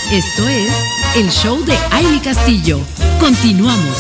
Esto es el show de Ailey Castillo. Continuamos.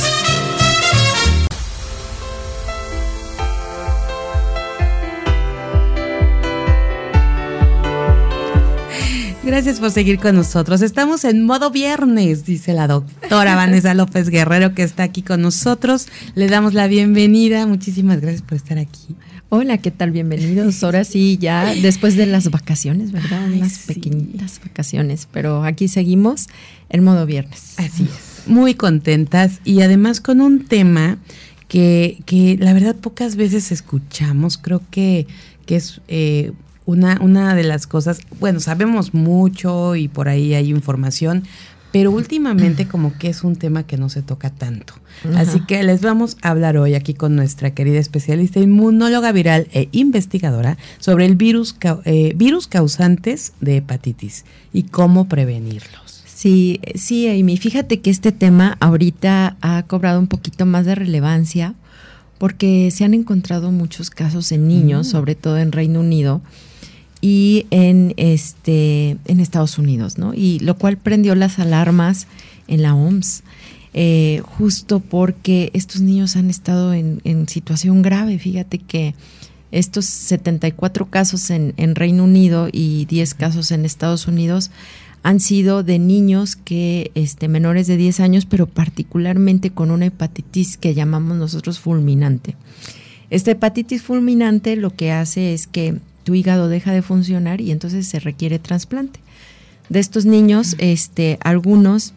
Gracias por seguir con nosotros. Estamos en modo viernes, dice la doctora Vanessa López Guerrero, que está aquí con nosotros. Le damos la bienvenida. Muchísimas gracias por estar aquí. Hola, ¿qué tal? Bienvenidos. Ahora sí, ya después de las vacaciones, ¿verdad? Unas pequeñitas vacaciones, pero aquí seguimos en modo viernes. Así es. Muy contentas y además con un tema que la verdad pocas veces escuchamos. Creo que es una de las cosas, bueno, sabemos mucho y por ahí hay información, pero últimamente como que es un tema que no se toca tanto. Ajá. Así que les vamos a hablar hoy aquí con nuestra querida especialista inmunóloga viral e investigadora sobre el virus causantes de hepatitis y cómo prevenirlos. Sí, Amy, fíjate que este tema ahorita ha cobrado un poquito más de relevancia porque se han encontrado muchos casos en niños, sobre todo en Reino Unido, y en Estados Unidos, ¿no? Y lo cual prendió las alarmas en la OMS, justo porque estos niños han estado en situación grave. Fíjate que estos 74 casos en Reino Unido y 10 casos en Estados Unidos han sido de niños que menores de 10 años, pero particularmente con una hepatitis que llamamos nosotros fulminante. Esta hepatitis fulminante lo que hace es que tu hígado deja de funcionar y entonces se requiere trasplante. De estos niños, algunos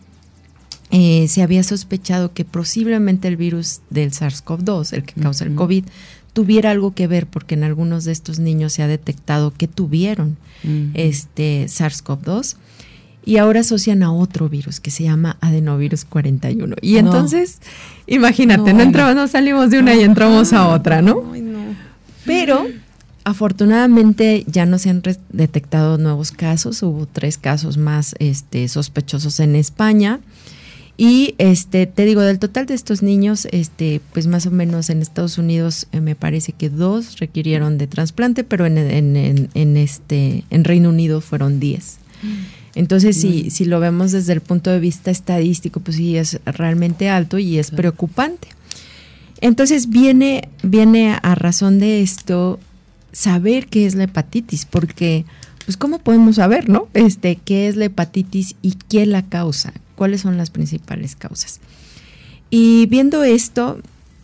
se había sospechado que posiblemente el virus del SARS-CoV-2, el que causa el COVID, tuviera algo que ver, porque en algunos de estos niños se ha detectado que tuvieron SARS-CoV-2 y ahora asocian a otro virus que se llama adenovirus 41. Y entonces, imagínate, no salimos de una y entramos a otra, ¿no? Pero afortunadamente ya no se han detectado nuevos casos. Hubo 3 casos más sospechosos en España. Y te digo, del total de estos niños, pues más o menos en Estados Unidos me parece que 2 requirieron de trasplante, pero en Reino Unido fueron 10. Entonces, si lo vemos desde el punto de vista estadístico, pues sí es realmente alto y es preocupante. Entonces viene a razón de esto saber qué es la hepatitis, porque pues cómo podemos saber, ¿no? Qué es la hepatitis y qué la causa, cuáles son las principales causas. Y viendo esto,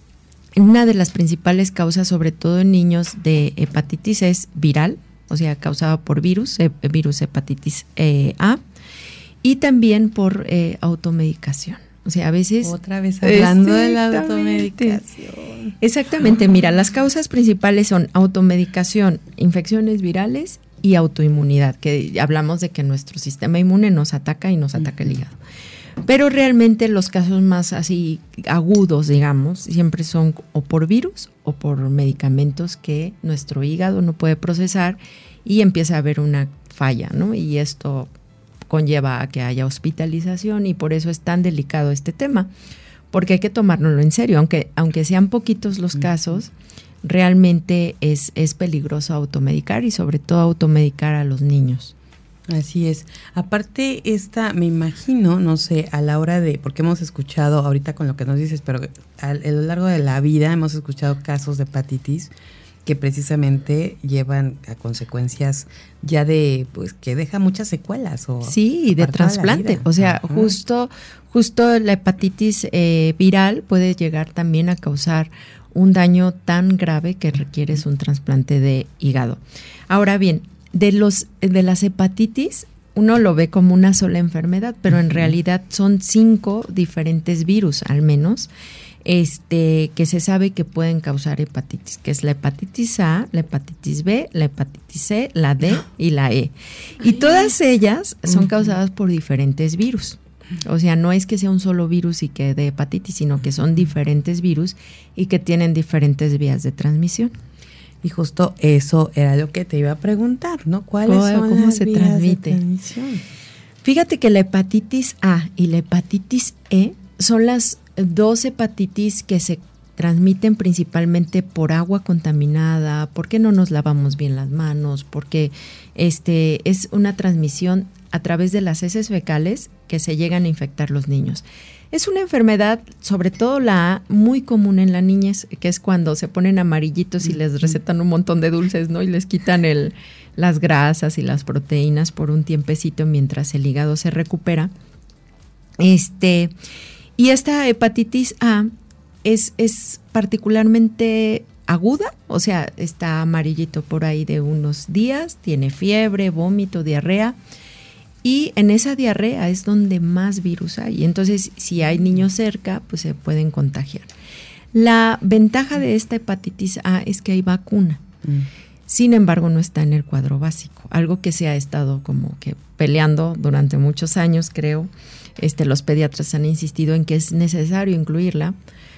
una de las principales causas, sobre todo en niños, de hepatitis es viral, o sea, causada por virus hepatitis A, y también por automedicación. O sea, a veces... Otra vez hablando de la automedicación. Exactamente, mira, las causas principales son automedicación, infecciones virales y autoinmunidad, que hablamos de que nuestro sistema inmune nos ataca y nos ataca el hígado. Pero realmente los casos más así agudos, digamos, siempre son o por virus o por medicamentos que nuestro hígado no puede procesar y empieza a haber una falla, ¿no? Y esto conlleva a que haya hospitalización y por eso es tan delicado este tema, porque hay que tomárnoslo en serio, aunque sean poquitos los casos, realmente es peligroso automedicar y sobre todo automedicar a los niños. Así es. Aparte me imagino, no sé, a la hora de, porque hemos escuchado ahorita con lo que nos dices, pero a lo largo de la vida hemos escuchado casos de hepatitis que precisamente llevan a consecuencias ya de, pues, que deja muchas secuelas. Sí, de trasplante. O sea, justo la hepatitis viral puede llegar también a causar un daño tan grave que requieres un trasplante de hígado. Ahora bien, de las hepatitis, uno lo ve como una sola enfermedad, pero en realidad son 5 diferentes virus, al menos, que se sabe que pueden causar hepatitis, que es la hepatitis A, la hepatitis B, la hepatitis C, la D y la E. Y todas ellas son causadas por diferentes virus. O sea, no es que sea un solo virus y que dé hepatitis, sino que son diferentes virus y que tienen diferentes vías de transmisión. Y justo eso era lo que te iba a preguntar, ¿no? ¿Cómo se transmite? Fíjate que la hepatitis A y la hepatitis E son las 2 hepatitis que se transmiten principalmente por agua contaminada, porque no nos lavamos bien las manos, porque es una transmisión a través de las heces fecales que se llegan a infectar los niños. Es una enfermedad, sobre todo la A, muy común en la niñez, que es cuando se ponen amarillitos y les recetan un montón de dulces, ¿no? Y les quitan las grasas y las proteínas por un tiempecito mientras el hígado se recupera. Y esta hepatitis A es particularmente aguda, o sea, está amarillito por ahí de unos días, tiene fiebre, vómito, diarrea. Y en esa diarrea es donde más virus hay. Entonces, si hay niños cerca, pues se pueden contagiar. La ventaja de esta hepatitis A es que hay vacuna. Sin embargo, no está en el cuadro básico. Algo que se ha estado como que peleando durante muchos años, creo. Los pediatras han insistido en que es necesario incluirla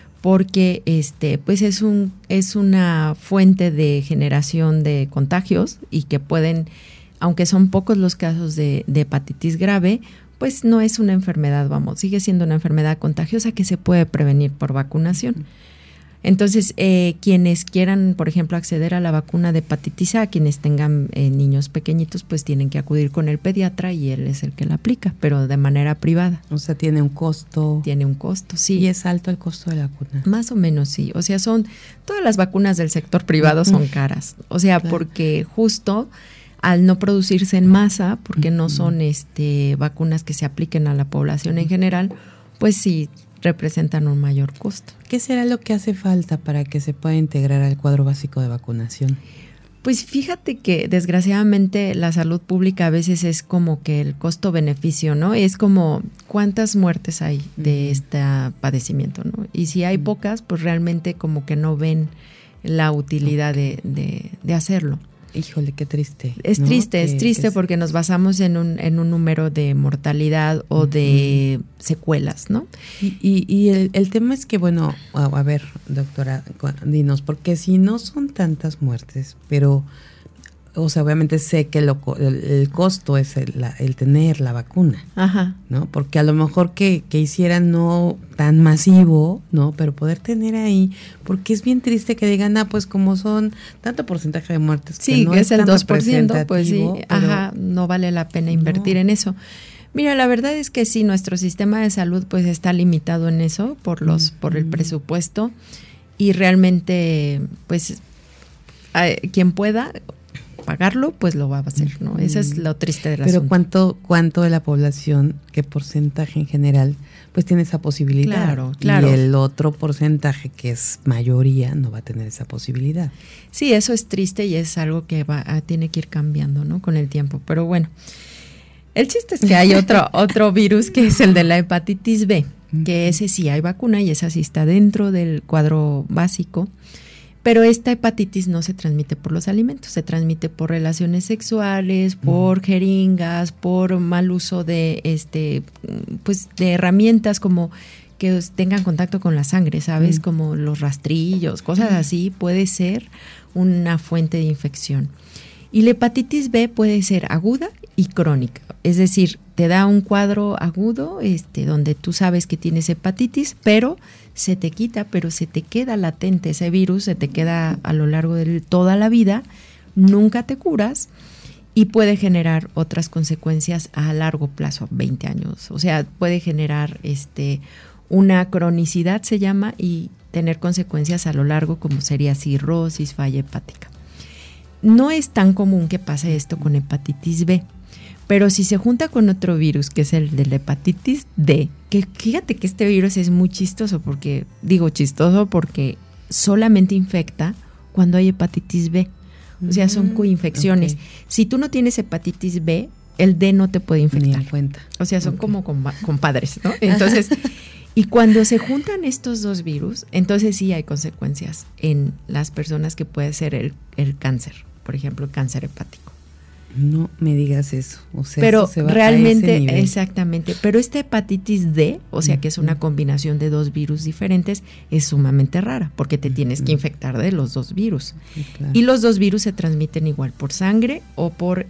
porque pues es una fuente de generación de contagios y que pueden, aunque son pocos los casos de hepatitis grave, pues no es una enfermedad, sigue siendo una enfermedad contagiosa que se puede prevenir por vacunación. Entonces, quienes quieran, por ejemplo, acceder a la vacuna de hepatitis A, quienes tengan niños pequeñitos, pues tienen que acudir con el pediatra y él es el que la aplica, pero de manera privada. O sea, tiene un costo. Tiene un costo, sí. ¿Y es alto el costo de la vacuna? Más o menos, sí. O sea, todas las vacunas del sector privado son caras. O sea, claro, porque justo al no producirse en masa, porque no son vacunas que se apliquen a la población en general, pues sí representan un mayor costo. ¿Qué será lo que hace falta para que se pueda integrar al cuadro básico de vacunación? Pues fíjate que desgraciadamente la salud pública a veces es como que el costo-beneficio, ¿no? Es como cuántas muertes hay de este padecimiento, ¿no? Y si hay pocas, pues realmente como que no ven la utilidad de hacerlo. Híjole, qué triste. Es triste porque nos basamos en un número de mortalidad o de secuelas, ¿no? Y el tema es que, bueno, a ver, doctora, dinos, porque si no son tantas muertes, pero, o sea, obviamente sé que el costo es el tener la vacuna, ajá, ¿no? Porque a lo mejor que hicieran no tan masivo, ¿no? Pero poder tener ahí, porque es bien triste que digan, pues como son tanto porcentaje de muertes, sí, que no es el 2%, pues sí, ajá, no vale la pena invertir en eso. Mira, la verdad es que sí, nuestro sistema de salud pues está limitado en eso por el presupuesto y realmente pues quien pueda pagarlo, pues lo va a hacer, ¿no? Eso es lo triste del asunto. Pero ¿cuánto de la población, qué porcentaje en general, pues tiene esa posibilidad? Claro. Y el otro porcentaje, que es mayoría, no va a tener esa posibilidad. Sí, eso es triste y es algo que tiene que ir cambiando, ¿no? Con el tiempo. Pero bueno, el chiste es que hay otro virus que es el de la hepatitis B, que ese sí hay vacuna y esa sí está dentro del cuadro básico. Pero esta hepatitis no se transmite por los alimentos, se transmite por relaciones sexuales, por jeringas, por mal uso de pues de herramientas como que tengan contacto con la sangre, ¿sabes? Como los rastrillos, cosas así, puede ser una fuente de infección. Y la hepatitis B puede ser aguda y crónica, es decir, te da un cuadro agudo donde tú sabes que tienes hepatitis, pero se te quita, pero se te queda latente ese virus, se te queda a lo largo de toda la vida, nunca te curas y puede generar otras consecuencias a largo plazo, 20 años. O sea, puede generar una cronicidad, se llama, y tener consecuencias a lo largo como sería cirrosis, falla hepática. No es tan común que pase esto con hepatitis B. Pero si se junta con otro virus, que es el de la hepatitis D, que fíjate que este virus es muy chistoso porque solamente infecta cuando hay hepatitis B. O sea, son coinfecciones. Okay. Si tú no tienes hepatitis B, el D no te puede infectar. Ni en cuenta. O sea, son como compadres, ¿no? Entonces, y cuando se juntan estos dos virus, entonces sí hay consecuencias en las personas que puede ser el cáncer, por ejemplo, el cáncer hepático. No me digas eso, o sea, pero eso se va realmente, a ese nivel. Exactamente, pero esta hepatitis D, o sea que es una combinación de dos virus diferentes, es sumamente rara, porque te tienes que infectar de los dos virus. Claro. Y los dos virus se transmiten igual por sangre o por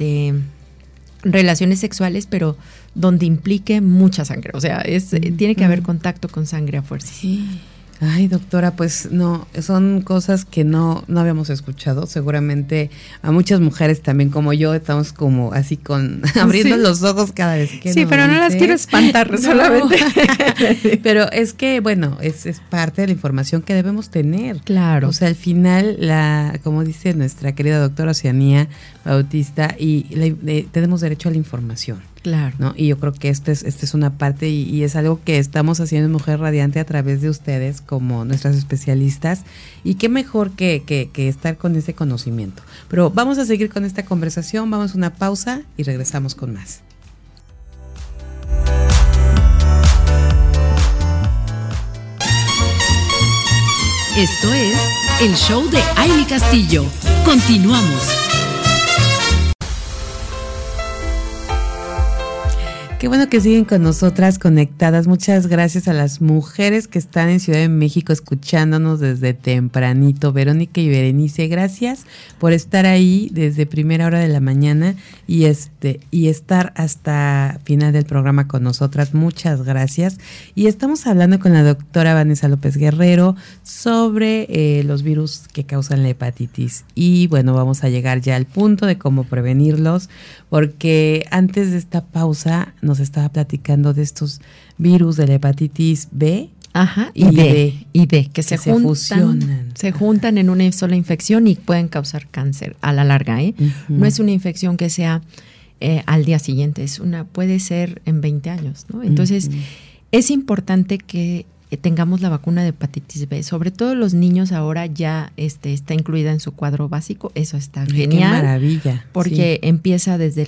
relaciones sexuales, pero donde implique mucha sangre, o sea, tiene que haber contacto con sangre a fuerza. Sí. Ay, doctora, pues no, son cosas que no habíamos escuchado. Seguramente a muchas mujeres también como yo estamos como así abriendo los ojos cada vez que sí, pero no las quiero espantar solamente. Pero es que, bueno, es parte de la información que debemos tener. Claro. O sea, al final, como dice nuestra querida doctora Oceanía Bautista, tenemos derecho a la información. Claro. ¿No? Y yo creo que esta es una parte y es algo que estamos haciendo en Mujer Radiante a través de ustedes como nuestras especialistas, y qué mejor que estar con ese conocimiento. Pero vamos a seguir con esta conversación, vamos a una pausa y regresamos con más. Esto es el show de Aily Castillo. Continuamos. Qué bueno que siguen con nosotras conectadas. Muchas gracias a las mujeres que están en Ciudad de México escuchándonos desde tempranito. Verónica y Berenice, gracias por estar ahí desde primera hora de la mañana y estar hasta final del programa con nosotras. Muchas gracias. Y estamos hablando con la doctora Vanessa López Guerrero sobre los virus que causan la hepatitis. Y bueno, vamos a llegar ya al punto de cómo prevenirlos, porque antes de esta pausa nos estaba platicando de estos virus de la hepatitis B. Ajá, y D, que se fusionan. Se juntan en una sola infección y pueden causar cáncer a la larga, ¿eh? Uh-huh. No es una infección que sea al día siguiente, puede ser en 20 años, ¿no? Entonces, es importante que tengamos la vacuna de hepatitis B, sobre todo los niños ahora ya está incluida en su cuadro básico, eso está genial. Qué maravilla. Porque empieza desde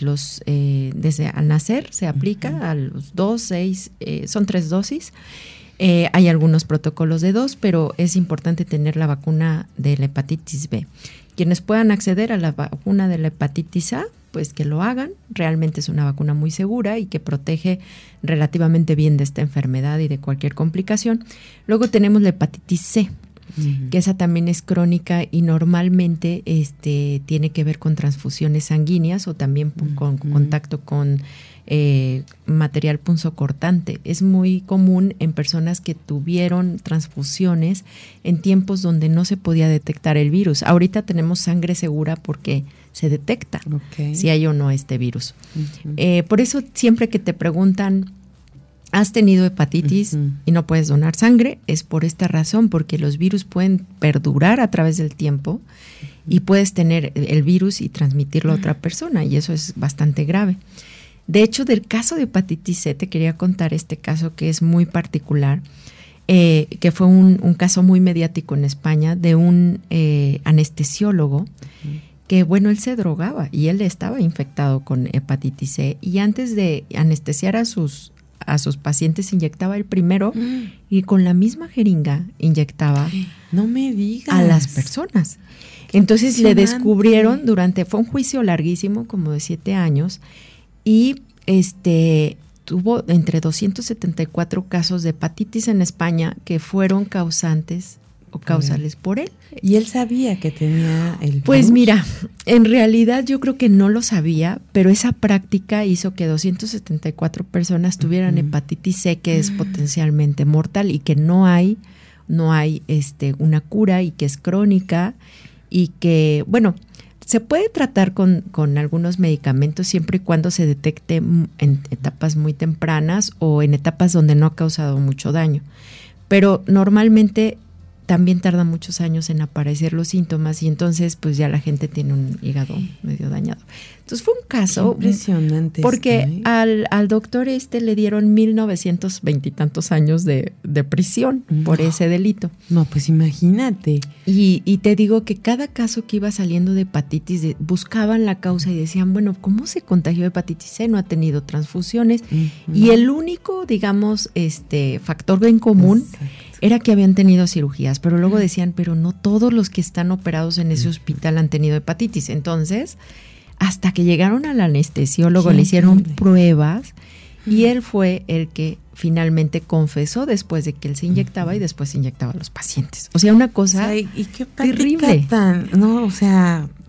al nacer, se aplica a los 2, 6, son 3 dosis. Hay algunos protocolos de 2, pero es importante tener la vacuna de la hepatitis B. Quienes puedan acceder a la vacuna de la hepatitis A, pues que lo hagan. Realmente es una vacuna muy segura y que protege relativamente bien de esta enfermedad y de cualquier complicación. Luego tenemos la hepatitis C, que esa también es crónica y normalmente tiene que ver con transfusiones sanguíneas o también con contacto con material punzocortante. Es muy común en personas que tuvieron transfusiones en tiempos donde no se podía detectar el virus. Ahorita tenemos sangre segura porque se detecta si hay o no este virus. Por eso siempre que te preguntan, ¿has tenido hepatitis y no puedes donar sangre? Es por esta razón, porque los virus pueden perdurar a través del tiempo y puedes tener el virus y transmitirlo a otra persona, y eso es bastante grave. De hecho, del caso de hepatitis C, te quería contar este caso que es muy particular, que fue un caso muy mediático en España de un anestesiólogo que, bueno, él se drogaba y él estaba infectado con hepatitis C, y antes de anestesiar a sus pacientes inyectaba el primero y con la misma jeringa inyectaba no me digas a las personas. Entonces le descubrieron fue un juicio larguísimo, como de 7 años, y tuvo entre 274 casos de hepatitis en España que fueron causantes o causales por él. ¿Y él sabía que tenía el virus? Pues mira, en realidad yo creo que no lo sabía, pero esa práctica hizo que 274 personas tuvieran hepatitis C, que es potencialmente mortal y que no hay una cura, y que es crónica, y que, bueno, se puede tratar con algunos medicamentos siempre y cuando se detecte en etapas muy tempranas o en etapas donde no ha causado mucho daño. Pero normalmente también tarda muchos años en aparecer los síntomas, y entonces pues ya la gente tiene un hígado medio dañado. Entonces fue un caso impresionante, porque al doctor le dieron 1920 y tantos años de prisión por ese delito. No, pues imagínate. Y te digo que cada caso que iba saliendo de hepatitis, buscaban la causa y decían, bueno, ¿cómo se contagió de hepatitis C? No ha tenido transfusiones. Y el único, digamos, factor en común era que habían tenido cirugías, pero luego decían, pero no todos los que están operados en ese hospital han tenido hepatitis. Entonces, hasta que llegaron al anestesiólogo, le hicieron pruebas, y él fue el que finalmente confesó después de que él se inyectaba y después se inyectaba a los pacientes. O sea, una cosa ¿y qué terrible.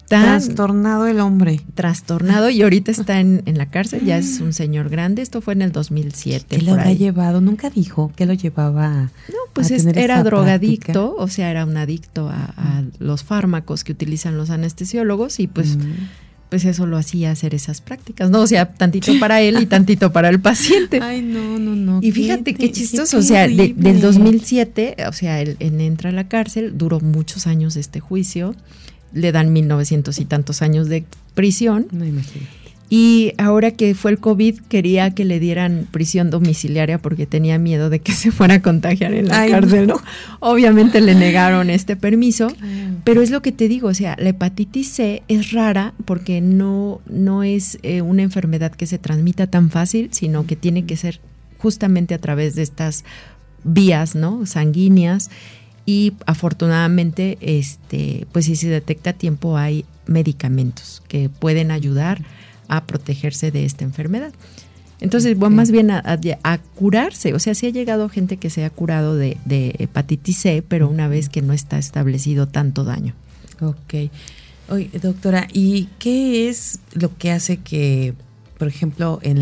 trastornado el hombre. Trastornado, y ahorita está en la cárcel, ya es un señor grande. Esto fue en el 2007. ¿Qué lo habrá llevado? Nunca dijo que lo llevaba. No, pues era drogadicto, práctica. O sea, era un adicto a los fármacos que utilizan los anestesiólogos, y pues eso lo hacía hacer esas prácticas, ¿no? O sea, tantito para él y tantito para el paciente. Ay, no. Y fíjate qué chistoso, o sea, del 2007, o sea, él entra a la cárcel, duró muchos años este juicio, le dan 1900 y tantos años de prisión. No imagino. Y ahora que fue el COVID, quería que le dieran prisión domiciliaria porque tenía miedo de que se fuera a contagiar en la cárcel, ¿no? Obviamente le negaron este permiso, pero es lo que te digo, o sea, la hepatitis C es rara porque no es una enfermedad que se transmita tan fácil, sino que tiene que ser justamente a través de estas vías, ¿no? Sanguíneas, y afortunadamente, pues si se detecta a tiempo hay medicamentos que pueden ayudar a protegerse de esta enfermedad. Entonces, bueno, más bien a curarse. O sea, sí ha llegado gente que se ha curado de hepatitis C, pero una vez que no está establecido tanto daño. Ok. Oye, doctora, ¿y qué es lo que hace que, por ejemplo, en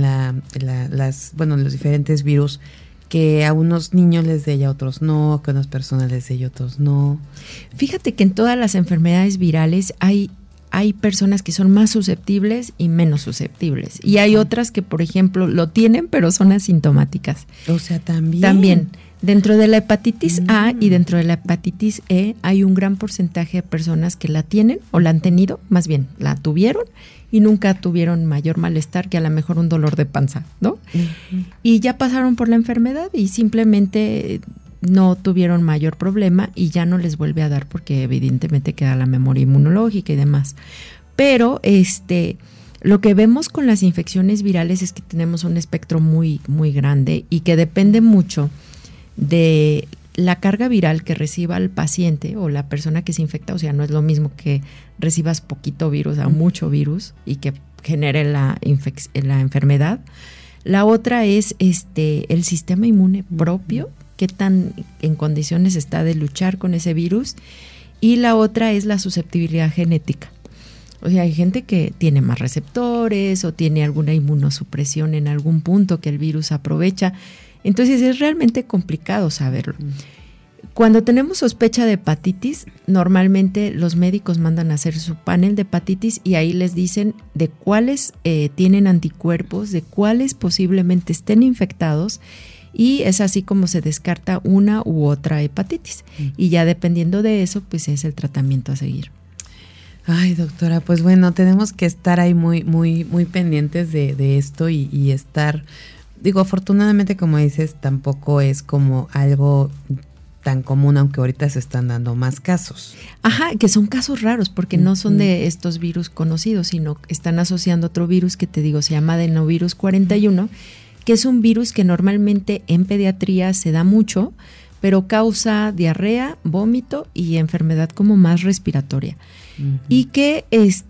los diferentes virus, que a unos niños les dé y a otros no, que a unas personas les dé y a otros no? Fíjate que en todas las enfermedades virales hay personas que son más susceptibles y menos susceptibles. Y hay otras que, por ejemplo, lo tienen, pero son asintomáticas. O sea, también. También. Dentro de la hepatitis A y dentro de la hepatitis E hay un gran porcentaje de personas que la tienen o la han tenido, más bien la tuvieron y nunca tuvieron mayor malestar que a lo mejor un dolor de panza, ¿no? Y ya pasaron por la enfermedad y simplemente no tuvieron mayor problema y ya no les vuelve a dar porque evidentemente queda la memoria inmunológica y demás. Pero lo que vemos con las infecciones virales es que tenemos un espectro muy, muy grande y que depende mucho de la carga viral que reciba el paciente o la persona que se infecta. O sea, no es lo mismo que recibas poquito virus a mucho virus y que genere la enfermedad. La otra es el sistema inmune propio, qué tan en condiciones está de luchar con ese virus, y la otra es la susceptibilidad genética. O sea, hay gente que tiene más receptores o tiene alguna inmunosupresión en algún punto que el virus aprovecha. Entonces es realmente complicado saberlo. Cuando tenemos sospecha de hepatitis, normalmente los médicos mandan a hacer su panel de hepatitis y ahí les dicen de cuáles tienen anticuerpos, de cuáles posiblemente estén infectados, y es así como se descarta una u otra hepatitis. Y ya dependiendo de eso, pues es el tratamiento a seguir. Ay, doctora, pues bueno, tenemos que estar ahí muy, muy, muy pendientes de esto y estar, digo, afortunadamente, como dices, tampoco es como algo tan común, aunque ahorita se están dando más casos. Ajá, que son casos raros, porque no son de estos virus conocidos, sino están asociando otro virus que te digo, se llama adenovirus 41, que es un virus que normalmente en pediatría se da mucho, pero causa diarrea, vómito y enfermedad como más respiratoria. Y que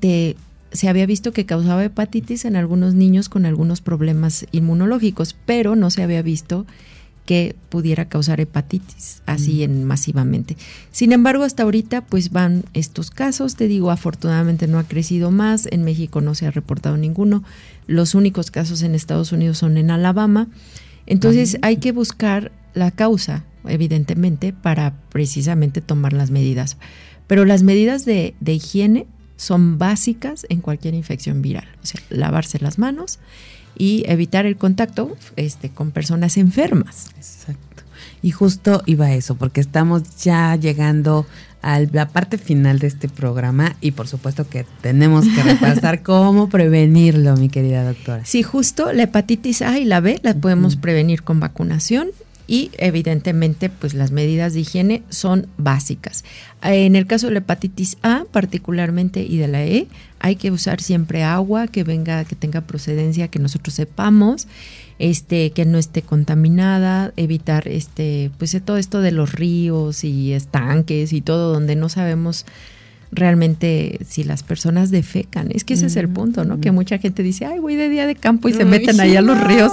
se había visto que causaba hepatitis en algunos niños con algunos problemas inmunológicos, pero no se había visto que pudiera causar hepatitis así masivamente. Sin embargo, hasta ahorita pues van estos casos, te digo, afortunadamente no ha crecido más, en México no se ha reportado ninguno, los únicos casos en Estados Unidos son en Alabama, entonces hay que buscar la causa, evidentemente, para precisamente tomar las medidas. Pero las medidas de higiene son básicas en cualquier infección viral, o sea, lavarse las manos y evitar el contacto con personas enfermas. Exacto. Y justo iba a eso, porque estamos ya llegando a la parte final de este programa y por supuesto que tenemos que repasar cómo prevenirlo, mi querida doctora. Sí, justo la hepatitis A y la B las podemos prevenir con vacunación. Y evidentemente pues las medidas de higiene son básicas. En el caso de la hepatitis A particularmente y de la E, hay que usar siempre agua que tenga procedencia, que nosotros sepamos, que no esté contaminada, evitar pues todo esto de los ríos y estanques y todo donde no sabemos realmente si las personas defecan. Es que ese es el punto, ¿no? Que mucha gente dice, ay, voy de día de campo y se meten allá a los ríos.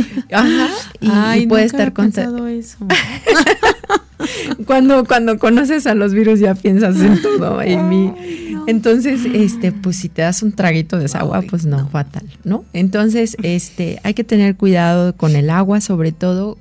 Ajá. Y puede estar contado eso. Cuando conoces a los virus ya piensas en todo, Amy. Entonces, pues si te das un traguito de esa agua, pues no, fatal, ¿no? Entonces, hay que tener cuidado con el agua, sobre todo,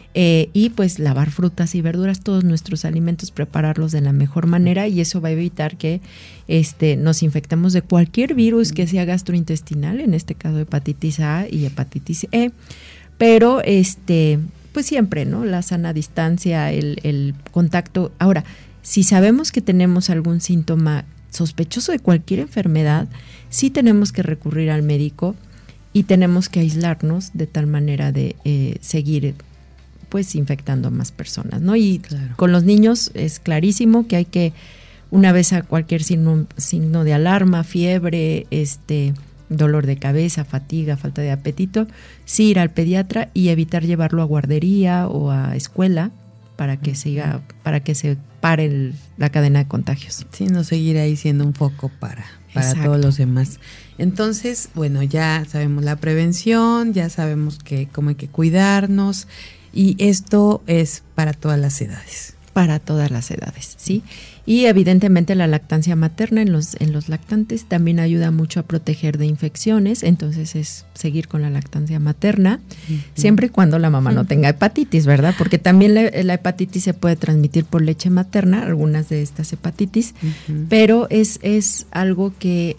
y pues lavar frutas y verduras, todos nuestros alimentos, prepararlos de la mejor manera, y eso va a evitar que nos infectemos de cualquier virus que sea gastrointestinal, en este caso hepatitis A y hepatitis E, pero pues siempre, ¿no? La sana distancia, el contacto. Ahora, si sabemos que tenemos algún síntoma sospechoso de cualquier enfermedad, sí tenemos que recurrir al médico y tenemos que aislarnos de tal manera de seguir pues infectando a más personas, ¿no? Y claro, con los niños es clarísimo que hay que, una vez a cualquier signo de alarma, fiebre, dolor de cabeza, fatiga, falta de apetito, sí ir al pediatra y evitar llevarlo a guardería o a escuela para que se pare la cadena de contagios. Sí, no seguir ahí siendo un foco para todos los demás. Entonces, bueno, ya sabemos la prevención, ya sabemos cómo hay que cuidarnos, y esto es para todas las edades. Para todas las edades, sí. Y evidentemente la lactancia materna en los lactantes también ayuda mucho a proteger de infecciones, entonces es seguir con la lactancia materna, siempre y cuando la mamá no tenga hepatitis, ¿verdad? Porque también la hepatitis se puede transmitir por leche materna, algunas de estas hepatitis, pero es algo que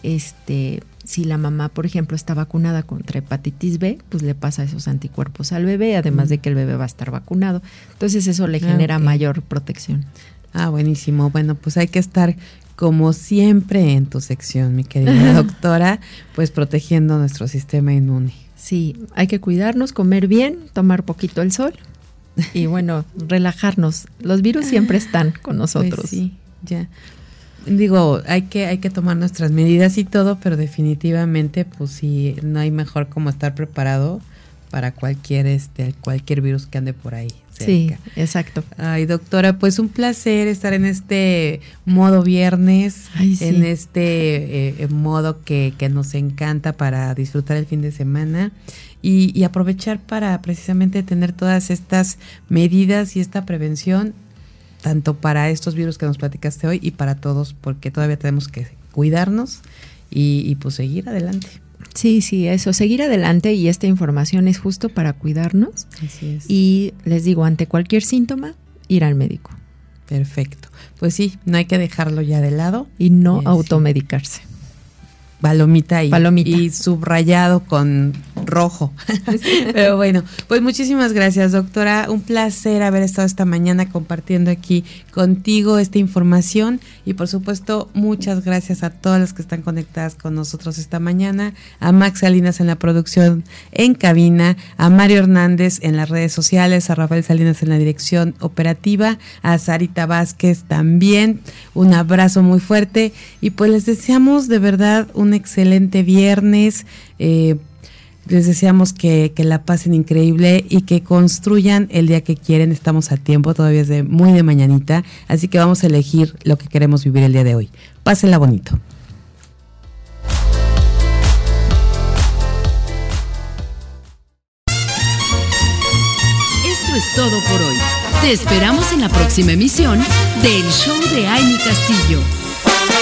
si la mamá, por ejemplo, está vacunada contra hepatitis B, pues le pasa esos anticuerpos al bebé, además de que el bebé va a estar vacunado. Entonces eso le genera mayor protección. Ah, buenísimo. Bueno, pues hay que estar como siempre en tu sección, mi querida doctora, pues protegiendo nuestro sistema inmune. Sí, hay que cuidarnos, comer bien, tomar poquito el sol y bueno, relajarnos. Los virus siempre están con nosotros. Pues sí, ya. Digo, hay que tomar nuestras medidas y todo, pero definitivamente, pues sí, no hay mejor como estar preparado para cualquier virus que ande por ahí cerca. Sí, exacto. Ay, doctora, pues un placer estar en este modo viernes, en este modo que nos encanta para disfrutar el fin de semana y aprovechar para precisamente tener todas estas medidas y esta prevención, tanto para estos virus que nos platicaste hoy y para todos, porque todavía tenemos que cuidarnos y pues seguir adelante. Sí, eso, seguir adelante, y esta información es justo para cuidarnos. Así es. Y les digo, ante cualquier síntoma, ir al médico. Perfecto. Pues sí, no hay que dejarlo ya de lado. Y no automedicarse. Palomita y subrayado con rojo. Pero bueno, pues muchísimas gracias, doctora. Un placer haber estado esta mañana compartiendo aquí contigo esta información, y por supuesto muchas gracias a todas las que están conectadas con nosotros esta mañana, a Max Salinas en la producción en cabina, a Mario Hernández en las redes sociales, a Rafael Salinas en la dirección operativa, a Sarita Vázquez también. Un abrazo muy fuerte y pues les deseamos de verdad un excelente viernes. Les deseamos que la pasen increíble y que construyan el día que quieren. Estamos a tiempo, todavía es muy de mañanita, así que vamos a elegir lo que queremos vivir el día de hoy. Pásenla bonito. Esto es todo por hoy. Te esperamos en la próxima emisión del Show de Aimi Castillo.